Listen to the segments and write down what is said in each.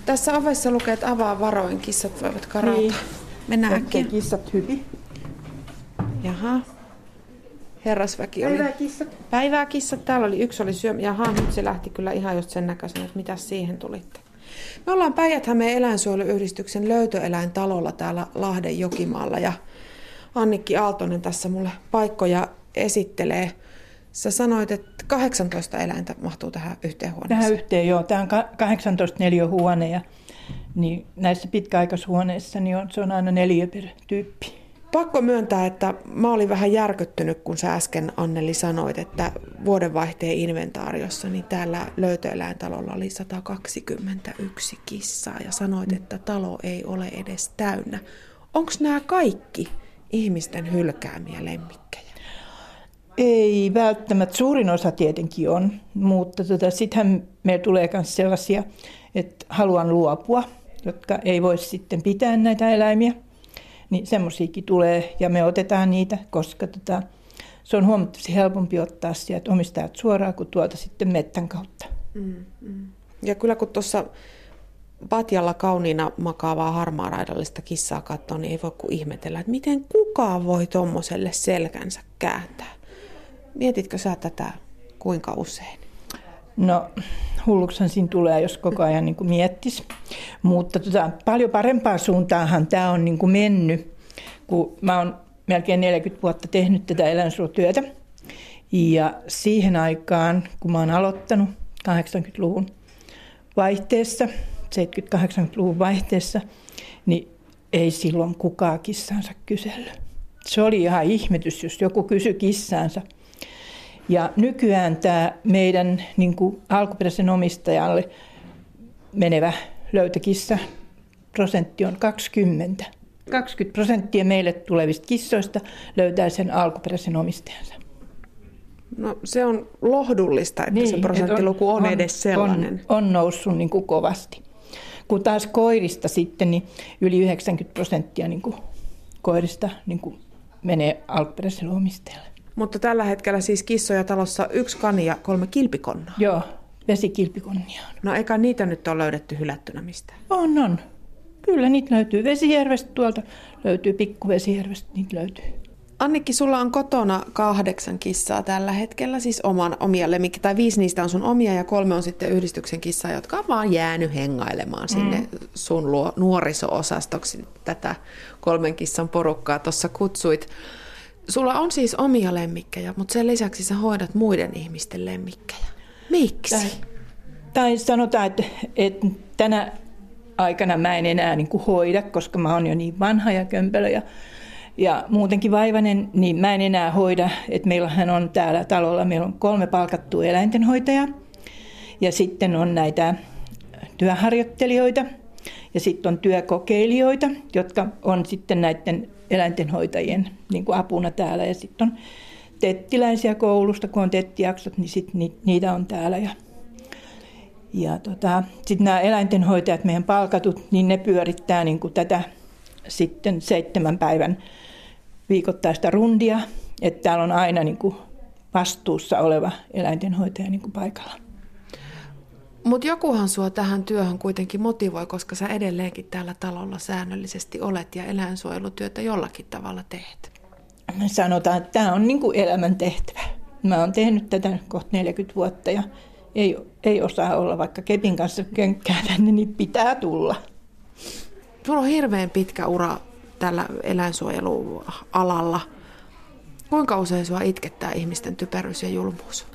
Tässä ovessa lukee, että avaa varoin, kissat voivat karata. Niin. Mennään äkkiä. Kissat hypi. Jaha. Herrasväki oli. Päiväkissat. Päiväkissat. Täällä oli yksi oli syömä. Jaha, nyt se lähti kyllä ihan just sen näköisenä, että mitä siihen tulitte. Me ollaan Päijät-Hämeen eläinsuojeluyhdistyksen löytöeläintalolla täällä Lahden Jokimaalla ja Annikki Aaltonen tässä mulle paikkoja esittelee. Sä sanoit, että 18 eläintä mahtuu tähän yhteen huoneeseen. Tähän yhteen, joo. Tämä on 18 neliöhuone ja niin näissä pitkäaikaishuoneissa niin se on aina 4 per tyyppi. Pakko myöntää, että mä olin vähän järkyttynyt, kun sä äsken, Anneli, sanoit, että vuodenvaihteen inventaariossa niin täällä löytöeläintalolla oli 121 kissaa ja sanoit, että talo ei ole edes täynnä. Onko nämä kaikki ihmisten hylkäämiä lemmikkejä? Ei välttämättä. Suurin osa tietenkin on, mutta sittenhän meillä tulee myös sellaisia, että haluan luopua, jotka ei voi sitten pitää näitä eläimiä. Niin semmoisiakin tulee ja me otetaan niitä, koska se on huomattavasti helpompi ottaa sieltä omistajat suoraan kuin tuolta sitten mettän kautta. Ja kyllä kun tuossa patjalla kauniina makaavaa harmaaraidallista kissaa katsoo, niin ei voi kuin ihmetellä, että miten kukaan voi tommoselle selkänsä kääntää. Mietitkö sä tätä kuinka usein? No hulluksen siinä tulee, jos koko ajan niin kuin miettisi. Mutta paljon parempaan suuntaanhan tämä on niin kuin mennyt, kun mä oon melkein 40 vuotta tehnyt tätä eläinsuojelutyötä. Ja siihen aikaan, kun mä oon aloittanut 80-luvun vaihteessa, 70-80-luvun vaihteessa, niin ei silloin kukaan kissansa kysellyt. Se oli ihan ihmetys, jos joku kysyi kissansa. Ja nykyään tämä meidän niin kuin alkuperäisen omistajalle menevä löytökissa prosentti on 20. 20% meille tulevista kissoista löytää sen alkuperäisen omistajansa. No se on lohdullista, että niin, se prosenttiluku on edes sellainen. On noussut niin kuin kovasti. Kun taas koirista sitten, niin yli 90% niin kuin koirista niin kuin menee alkuperäiselle omistajalle. Mutta tällä hetkellä siis kissoja talossa 1 kani ja 3 kilpikonnaa. Joo, vesikilpikonnia on. No eikä niitä nyt ole löydetty hylättynä mistään? On. Kyllä niitä löytyy Vesijärvestä, tuolta löytyy Pikkuvesijärvestä, niitä löytyy. Annikki, sulla on kotona 8 kissaa tällä hetkellä, siis omia lemmikkiä, tai 5 niistä on sun omia ja 3 on sitten yhdistyksen kissaa, jotka on vaan jäänyt hengailemaan sinne sun nuoriso-osastoksi. Tätä 3 kissan porukkaa tuossa kutsuit. Sulla on siis omia lemmikkejä, mutta sen lisäksi sä hoidat muiden ihmisten lemmikkejä. Miksi? Tai sanotaan, että tänä aikana mä en enää niin kuin hoida, koska mä oon jo niin vanha ja kömpelö ja muutenkin vaivainen, niin mä en enää hoida. Että meillähän on täällä talolla, meillä on 3 palkattua eläintenhoitajaa ja sitten on näitä työharjoittelijoita ja sitten on työkokeilijoita, jotka on sitten näiden eläintenhoitajien niin kuin apuna täällä. Ja sitten on tettiläisiä koulusta, kun on tettijaksot, niin sitten niitä on täällä. Ja sitten nämä eläintenhoitajat, meidän palkatut, niin ne pyörittää niin kuin tätä sitten 7 päivän viikoittaista rundia. Että täällä on aina niin kuin vastuussa oleva eläintenhoitaja niin kuin paikalla. Mutta jokuhan sua tähän työhön kuitenkin motivoi, koska sä edelleenkin täällä talolla säännöllisesti olet ja eläinsuojelutyötä jollakin tavalla teet. Me sanotaan, että tämä on niin kuin elämäntehtävä. Mä oon tehnyt tätä kohta 40 vuotta ja ei osaa olla vaikka kepin kanssa könkkää tänne, niin pitää tulla. Sulla on hirveän pitkä ura tällä eläinsuojelualalla. Kuinka usein sua itkettää ihmisten typeryys ja julmuus?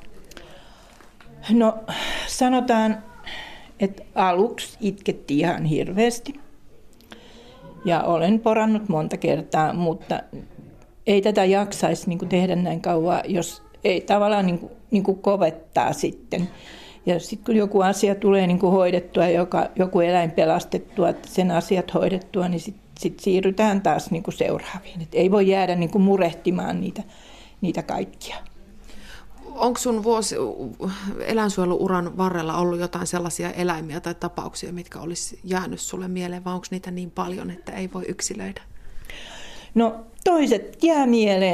No sanotaan, että aluksi itkettiin ihan hirveästi ja olen porannut monta kertaa, mutta ei tätä jaksaisi niin kuin tehdä näin kauan, jos ei tavallaan niin kuin kovettaa sitten. Ja sitten kun joku asia tulee niin kuin hoidettua, joku eläin pelastettua, että sen asiat hoidettua, niin sitten siirrytään taas niin kuin seuraaviin. Et ei voi jäädä niin kuin murehtimaan niitä kaikkia. Onko sun eläinsuojeluuran varrella ollut jotain sellaisia eläimiä tai tapauksia, mitkä olisi jäänyt sulle mieleen, vai onko niitä niin paljon, että ei voi yksilöidä? No toiset jää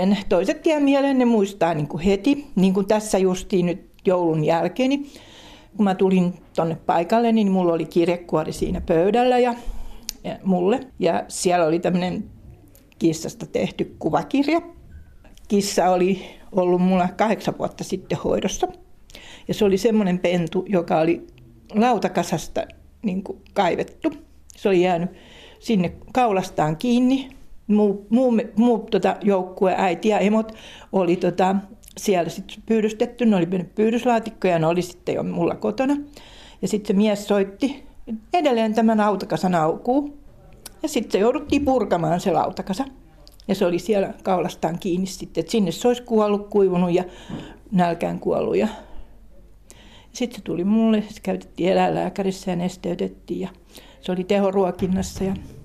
mieleen, ne muistaa niin kuin heti, niin kuin tässä justiin nyt joulun jälkeen. kun mä tulin tonne paikalle, niin mulla oli kirjekuori siinä pöydällä ja mulle. Ja siellä oli tämmöinen kissasta tehty kuvakirja. Kissa oli ollut mulla 8 vuotta sitten hoidossa. Ja se oli semmoinen pentu, joka oli lautakasasta niin kuin kaivettu. Se oli jäänyt sinne kaulastaan kiinni. Muu joukkue, äiti ja emot, oli siellä sitten pyydystetty. Ne oli mennyt pyydyslaatikkoja ja ne oli sitten jo mulla kotona. Ja sitten se mies soitti, edelleen tämä lautakasa naukuu. Ja sitten se jouduttiin purkamaan se lautakasa. Ja se oli siellä kaulastaan kiinni sitten, että sinne se olisi kuollut, kuivunut ja nälkään kuollut. Ja sitten se tuli mulle, se käytettiin eläinlääkärissä ja nesteytettiin ja se oli tehoruokinnassa.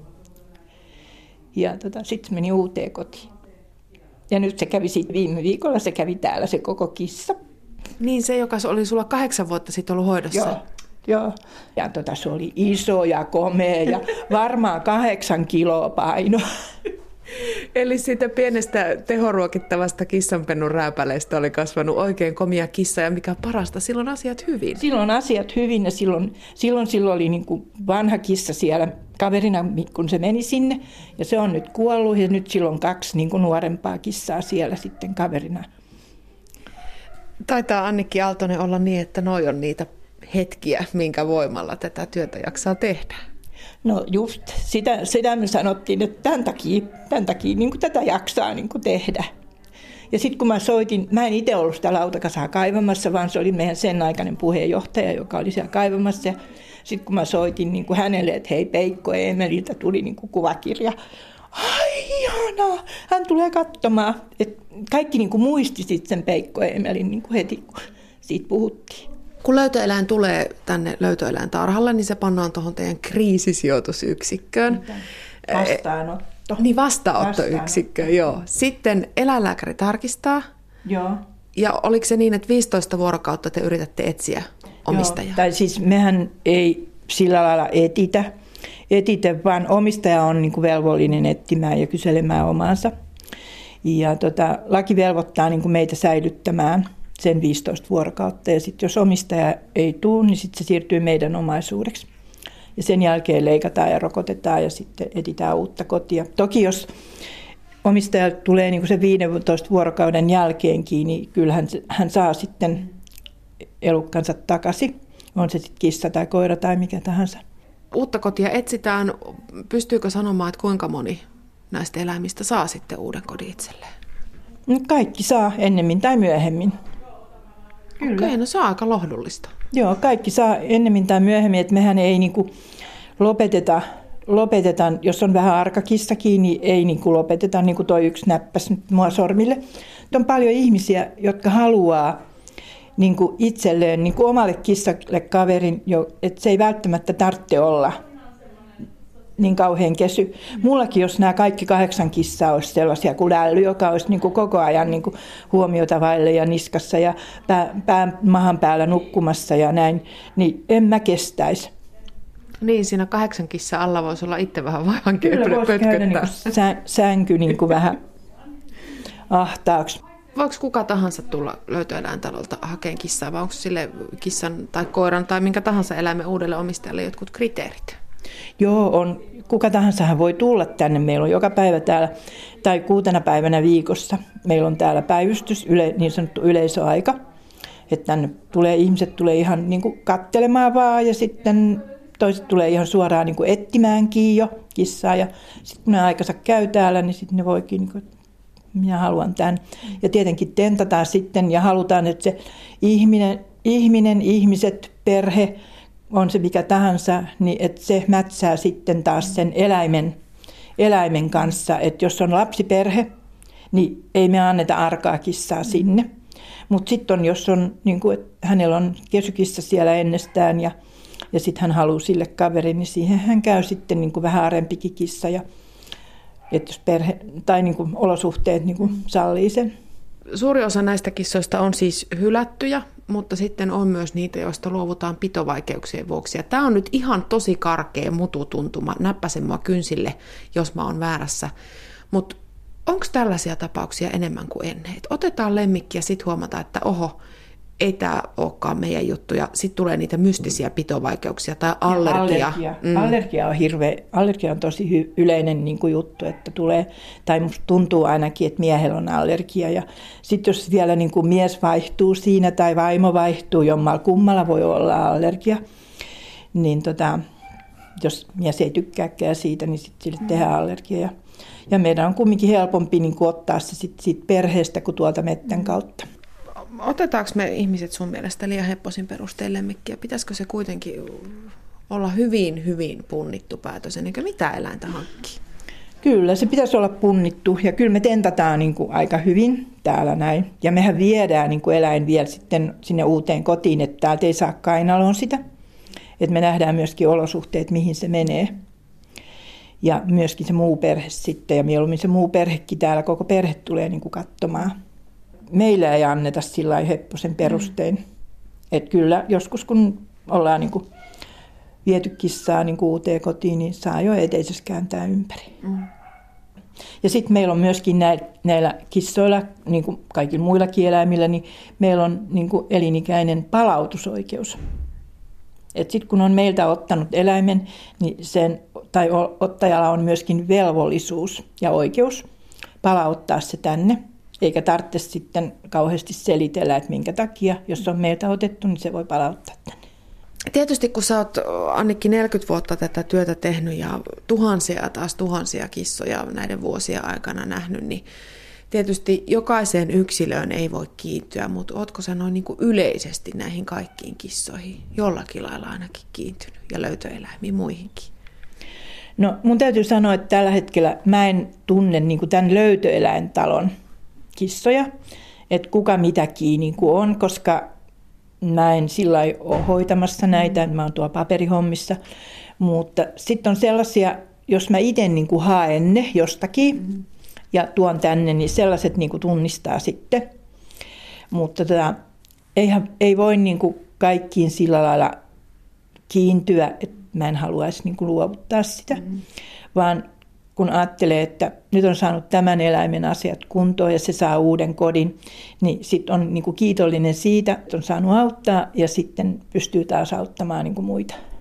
Ja sitten se meni uuteen kotiin. Ja nyt se kävi siitä viime viikolla, se kävi täällä se koko kissa. Niin se, joka oli sulla 8 vuotta sitten ollut hoidossa. Joo. Ja se oli iso ja komea ja varmaan 8 kiloa paino. Eli siitä pienestä tehoruokittavasta kissanpennun rääpäleestä oli kasvanut oikein komia kissa ja mikä parasta, silloin asiat hyvin. Silloin asiat hyvin ja silloin oli niin kuin vanha kissa siellä kaverina, kun se meni sinne. Ja se on nyt kuollut ja nyt silloin 2 niin kuin nuorempaa kissaa siellä sitten kaverina. Taitaa Annikki Aaltonen olla niin, että noi on niitä hetkiä, minkä voimalla tätä työtä jaksaa tehdä. No just sitä me sanottiin, että tämän takia niin kuin tätä jaksaa niin kuin tehdä. Ja sitten kun mä soitin, mä en itse ollut sitä lautakasaa kaivamassa, vaan se oli meidän sen aikainen puheenjohtaja, joka oli siellä kaivamassa. Ja sitten kun mä soitin niin kuin hänelle, että hei Peikko Eemeliltä tuli niin kuin kuvakirja. Ai ihanaa, hän tulee katsomaan. Et kaikki niin kuin muisti sitten sen Peikko Eemelin niin kuin heti, kun siitä puhuttiin. Kun löytöeläin tulee tänne löytöeläintarhalle, niin se pannaan tuohon teidän kriisisijoitusyksikköön. Vastaanotto. Niin, vastaanottoyksikköön, joo. Sitten eläinlääkäri tarkistaa. Joo. Ja oliko se niin, että 15 vuorokautta te yritätte etsiä omistajaa? Joo, tai siis mehän ei sillä lailla etitä, vaan omistaja on niin kuin velvollinen etsimään ja kyselemään omaansa. Ja laki velvoittaa niin kuin meitä säilyttämään sen 15 vuorokautta. Ja sitten jos omistaja ei tule, niin sitten se siirtyy meidän omaisuudeksi. Ja sen jälkeen leikataan ja rokotetaan ja sitten etsitään uutta kotia. Toki jos omistaja tulee niin kuin sen 15 vuorokauden jälkeenkin, niin kyllähän hän saa sitten elukkansa takaisin. On se sitten kissa tai koira tai mikä tahansa. Uutta kotia etsitään. Pystyykö sanomaan, että kuinka moni näistä eläimistä saa sitten uuden kodin itselleen? No kaikki saa ennemmin tai myöhemmin. Okei, no se on aika lohdullista. Joo, kaikki saa ennemmin tai myöhemmin, että mehän ei niinku lopeteta, jos on vähän arka kissakin, niin ei niinku lopeteta, niin kuin toi yksi näppäsi mua sormille. On paljon ihmisiä, jotka haluaa niinku itselleen, niinku omalle kissalle kaverin, että se ei välttämättä tarvitse olla niin kauhean kesy. Mullakin, jos nämä kaikki 8 kissaa olisi sellaisia kuin Lälly, joka olisi niin kuin koko ajan niin kuin huomiota vaille ja niskassa ja pään mahan päällä nukkumassa ja näin, niin en mä kestäisi. Niin, siinä 8 kissaa alla voisi olla itse vähän vaivan Kyllä voisi käydä niin kuin sänky niin kuin vähän ahtaaksi. Voiko kuka tahansa tulla löytöeläintalolta hakemaan kissaa, vai onko sille kissan tai koiran tai minkä tahansa eläimen uudelle omistajalle jotkut kriteerit? Joo, on. Kuka tahansa voi tulla tänne. Meillä on joka päivä täällä, tai 6 päivänä viikossa, meillä on täällä päivystys, niin sanottu yleisöaika. Että tänne ihmiset tulee ihan niin kuin katselemaan vaan, ja sitten toiset tulee ihan suoraan niin kuin etsimäänkin jo kissaa. Ja sitten kun ne aikansa käy täällä, niin sitten ne voikin, niin kuin, minä haluan tämän. Ja tietenkin tentataan sitten, ja halutaan, että se ihmiset, perhe, on se mikä tahansa, niin että se mätsää sitten taas sen eläimen kanssa. Että jos on lapsiperhe, niin ei me anneta arkaa kissaa sinne. Mutta sitten jos on, niin kuin, että hänellä on kesykissa siellä ennestään ja sitten hän haluaa sille kaverin, niin siihen hän käy sitten niin kuin vähän arempikin kissa. Ja, että jos perhe tai niin kuin olosuhteet niin kuin sallii sen. Suuri osa näistä kissoista on siis hylättyjä, mutta sitten on myös niitä, joista luovutaan pitovaikeuksien vuoksi. Ja tämä on nyt ihan tosi karkea mututuntuma. Näppäsen mua kynsille, jos mä oon väärässä. Mutta onko tällaisia tapauksia enemmän kuin ennen? Et otetaan lemmikki ja sitten huomataan, että oho, ei tämä olekaan meidän juttu. Ja sitten tulee niitä mystisiä pitovaikeuksia tai allergia. Allergia on tosi yleinen niin kuin juttu, että tulee, tai musta tuntuu ainakin, että miehellä on allergia. Ja sitten jos vielä niin kuin mies vaihtuu siinä tai vaimo vaihtuu, jommalla kummalla voi olla allergia, niin jos mies ei tykkääkään siitä, niin sitten sille tehdään allergia. Ja meidän on kumminkin helpompi niin kuin ottaa se siitä perheestä kuin tuolta mettän kautta. Otetaanko me ihmiset sun mielestä liian hepposin perustein lemmikkiä? Pitäisikö se kuitenkin olla hyvin, hyvin punnittu päätös ennen kuin mitä eläintä hankkii? Kyllä, se pitäisi olla punnittu ja kyllä me tentataan niin kuin aika hyvin täällä näin. Ja mehän viedään niin kuin eläin vielä sitten sinne uuteen kotiin, että täältä ei saa kainaloon sitä. Että me nähdään myöskin olosuhteet, mihin se menee. Ja myöskin se muu perhe sitten, ja mieluummin se muu perhekin täällä, koko perhe tulee niin kuin katsomaan. Meillä ei anneta sillä lailla hepposen perustein. Että kyllä joskus kun ollaan niin kuin viety kissaa niin kuin uuteen kotiin, niin saa jo eteisessä kääntää ympäri. Ja sitten meillä on myöskin näillä kissoilla, niin kuin kaikilla muillakin eläimillä, niin meillä on niin kuin elinikäinen palautusoikeus. Sitten kun on meiltä ottanut eläimen, niin ottajalla on myöskin velvollisuus ja oikeus palauttaa se tänne. Eikä tarvitse sitten kauheasti selitellä, että minkä takia, jos on meiltä otettu, niin se voi palauttaa tänne. Tietysti kun sä oot, Annikki, 40 vuotta tätä työtä tehnyt ja tuhansia kissoja näiden vuosien aikana nähnyt, niin tietysti jokaiseen yksilöön ei voi kiintyä, mutta ootko sä noin niin kuin yleisesti näihin kaikkiin kissoihin jollakin lailla ainakin kiintynyt ja löytöeläimiin muihinkin? No mun täytyy sanoa, että tällä hetkellä mä en tunne niin kuin tämän löytöeläintalon kissoja, että kuka mitäkin niin kuin on, koska mä en sillä lailla ole hoitamassa näitä, mä oon tuolla paperihommissa, mutta sitten on sellaisia, jos mä itse niin kuin haen ne jostakin ja tuon tänne, niin sellaiset niin kuin tunnistaa sitten, mutta ei voi niin kuin kaikkiin sillä lailla kiintyä, että mä en haluaisi niin kuin luovuttaa sitä, vaan kun ajattelee, että nyt on saanut tämän eläimen asiat kuntoon ja se saa uuden kodin, niin sitten on niin kuin kiitollinen siitä, että on saanut auttaa ja sitten pystyy taas auttamaan niin kuin muita.